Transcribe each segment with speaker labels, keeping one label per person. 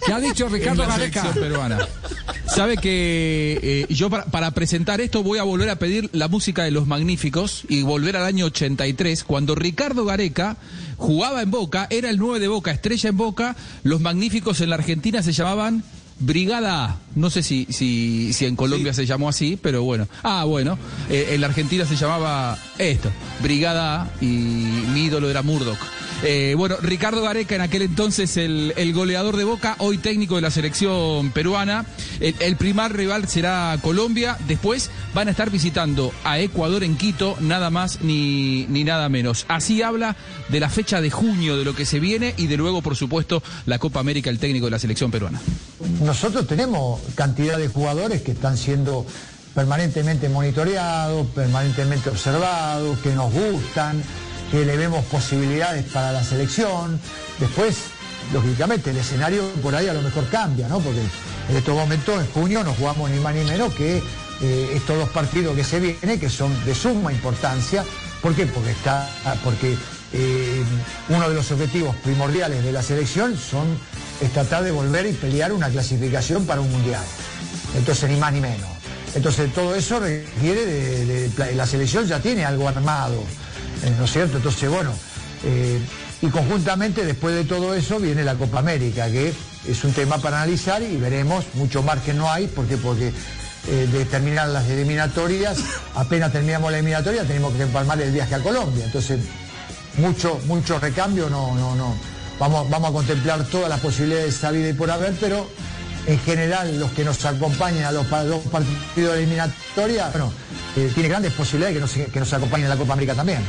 Speaker 1: ¿Qué ha dicho Ricardo Gareca?
Speaker 2: Selección peruana. Sabe que yo para presentar esto voy a volver a pedir la música de Los Magníficos y volver al año 83, cuando Ricardo Gareca jugaba en Boca, era el 9 de Boca, estrella en Boca. Los Magníficos en la Argentina se llamaban Brigada A. No sé si en Colombia se llamó así, pero bueno. En la Argentina se llamaba esto, Brigada A, y mi ídolo era Murdoch. Ricardo Gareca, en aquel entonces el goleador de Boca, hoy técnico de la selección peruana. El primer rival será Colombia. Después van a estar visitando a Ecuador en Quito, nada más ni nada menos. Así habla de la fecha de junio, de lo que se viene, y de luego, por supuesto, la Copa América, el técnico de la selección peruana.
Speaker 3: Nosotros tenemos cantidad de jugadores que están siendo permanentemente monitoreados, permanentemente observados, que nos gustan, que le vemos posibilidades para la selección. Después, lógicamente, el escenario por ahí a lo mejor cambia, ¿no? Porque en estos momentos, en junio, nos jugamos ni más ni menos que estos dos partidos que se vienen, que son de suma importancia. ¿Por qué? Porque uno de los objetivos primordiales de la selección es tratar de volver y pelear una clasificación para un mundial. Entonces, ni más ni menos. Entonces, todo eso requiere la selección ya tiene algo armado, ¿no es cierto? Entonces, y conjuntamente después de todo eso viene la Copa América, que es un tema para analizar y veremos, mucho margen no hay, porque de terminar las eliminatorias, apenas terminamos la eliminatoria, tenemos que empalmar el viaje a Colombia. Entonces, mucho recambio no. Vamos a contemplar todas las posibilidades de vida y por haber, pero en general los que nos acompañen a los partidos de eliminatoria, tiene grandes posibilidades que nos acompañen a la Copa América también.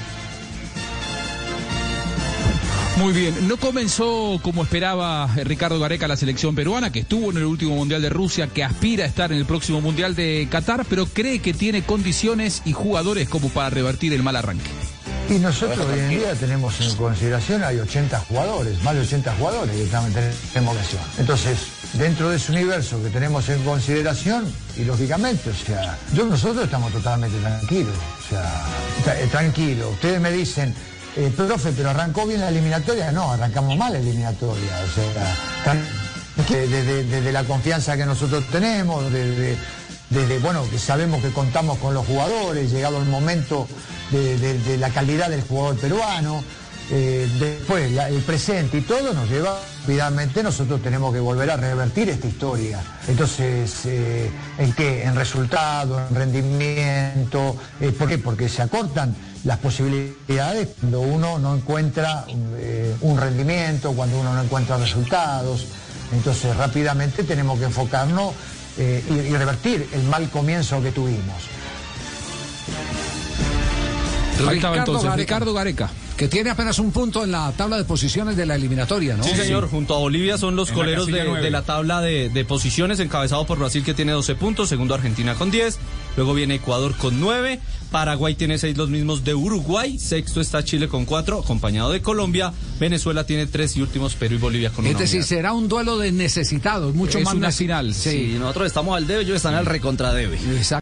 Speaker 2: Muy bien, no comenzó como esperaba Ricardo Gareca la selección peruana, que estuvo en el último Mundial de Rusia, que aspira a estar en el próximo Mundial de Qatar, pero cree que tiene condiciones y jugadores como para revertir el mal arranque.
Speaker 3: Y nosotros hoy en día tenemos en consideración, hay 80 jugadores, más de 80 jugadores que están en lesión. Entonces, dentro de ese universo que tenemos en consideración, y lógicamente, nosotros estamos totalmente tranquilos, tranquilos. Ustedes me dicen, profe, pero ¿arrancó bien la eliminatoria? No, arrancamos mal la eliminatoria, desde la confianza que nosotros tenemos, desde que sabemos que contamos con los jugadores, llegado el momento de la calidad del jugador peruano, después el presente y todo nos lleva, rápidamente nosotros tenemos que volver a revertir esta historia. Entonces, ¿en qué? En resultado, en rendimiento. ¿Por qué? Porque se acortan las posibilidades cuando uno no encuentra un rendimiento, cuando uno no encuentra resultados. Entonces, rápidamente tenemos que enfocarnos y revertir el mal comienzo que tuvimos.
Speaker 2: Ricardo Gareca,
Speaker 1: que tiene apenas un punto en la tabla de posiciones de la eliminatoria, ¿no?
Speaker 4: Sí, señor, junto a Bolivia son los coleros de la tabla de posiciones, encabezado por Brasil, que tiene 12 puntos, segundo Argentina con 10, luego viene Ecuador con 9, Paraguay tiene 6, los mismos de Uruguay, sexto está Chile con 4, acompañado de Colombia, Venezuela tiene 3 y últimos Perú y Bolivia con 1.
Speaker 1: Es decir, será un duelo de necesitados, mucho más
Speaker 2: una final.
Speaker 4: Sí, nosotros estamos al debe, ellos están al recontradebe.
Speaker 1: Exacto.